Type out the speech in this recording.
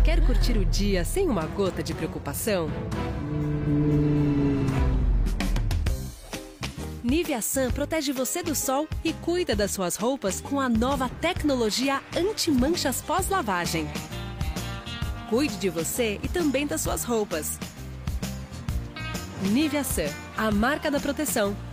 Quer curtir o dia sem uma gota de preocupação? Nivea Sun protege você do sol e cuida das suas roupas com a nova tecnologia anti-manchas pós-lavagem. Cuide de você e também das suas roupas. Nivea Sun, a marca da proteção.